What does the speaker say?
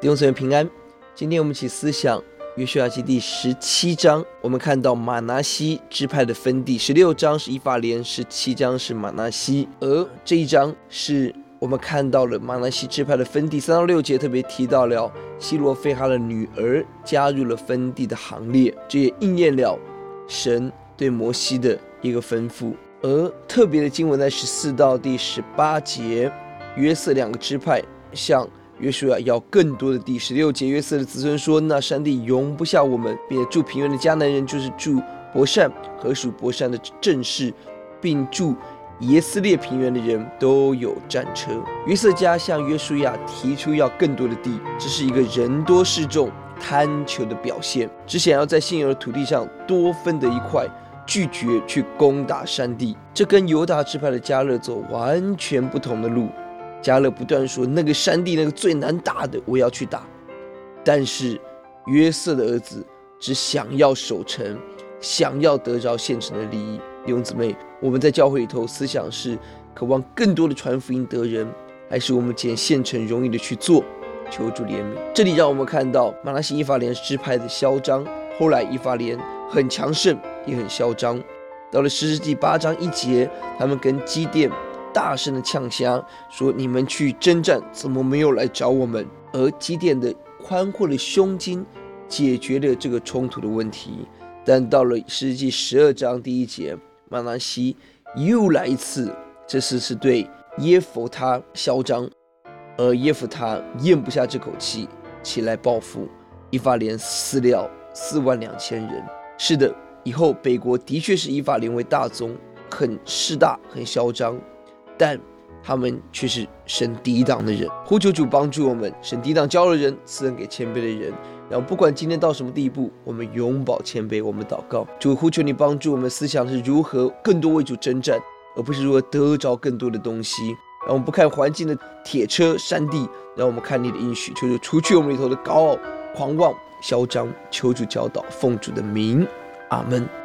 弟兄姊妹平安。今天我们一起思想约书亚记第17章，我们看到马拿西支派的分地，16章是以法莲，17章是马拿西。而这一章是我们看到了马拿西支派的分地，3到6节特别提到了西罗非哈的女儿加入了分地的行列，这也应验了神对摩西的一个吩咐。而特别的经文在14到第18节，约瑟2个支派向约书亚要更多的地。16节，约瑟的子孙说：那山地容不下我们，并且住平原的迦南人，就是住伯善和属伯善的正士，并住耶斯列平原的人都有战车。约瑟家向约书亚提出要更多的地，这是一个人多势众贪求的表现，只想要在现有的土地上多分得一块，拒绝去攻打山地。这跟犹大支派的迦勒走完全不同的路。迦勒不断说，那个山地那个最难打的我要去打，但是约瑟的儿子只想要守城，想要得着现成的利益。弟兄姊妹，我们在教会里头思想是渴望更多的传福音得人，还是我们捡现成容易的去做？求主怜悯。这里让我们看到马拿西以法莲支派的嚣张，后来以法莲很强盛也很嚣张。到了士师记8章1节，他们跟基甸大声的呛瞎，说你们去征战，怎么没有来找我们？而基甸的宽阔的胸襟解决了这个冲突的问题。但到了士师记12章第1节，马拿西又来一次，这次是对耶弗他嚣张，而耶弗他咽不下这口气，起来报复，以法莲死了42000人。是的，以后北国的确是以法莲为大宗，很势大很嚣张，但他们却是神抵挡的人。呼求主帮助我们，神抵挡骄傲的人，赐恩给谦卑的人。然后不管今天到什么地步，我们永保谦卑。我们祷告，主，呼求你帮助我们思想是如何更多为主征战，而不是如何得着更多的东西。让我们不看环境的铁车山地，让我们看你的应许。求主除去我们里头的高傲狂妄嚣张，求主教导，奉主的名，阿们。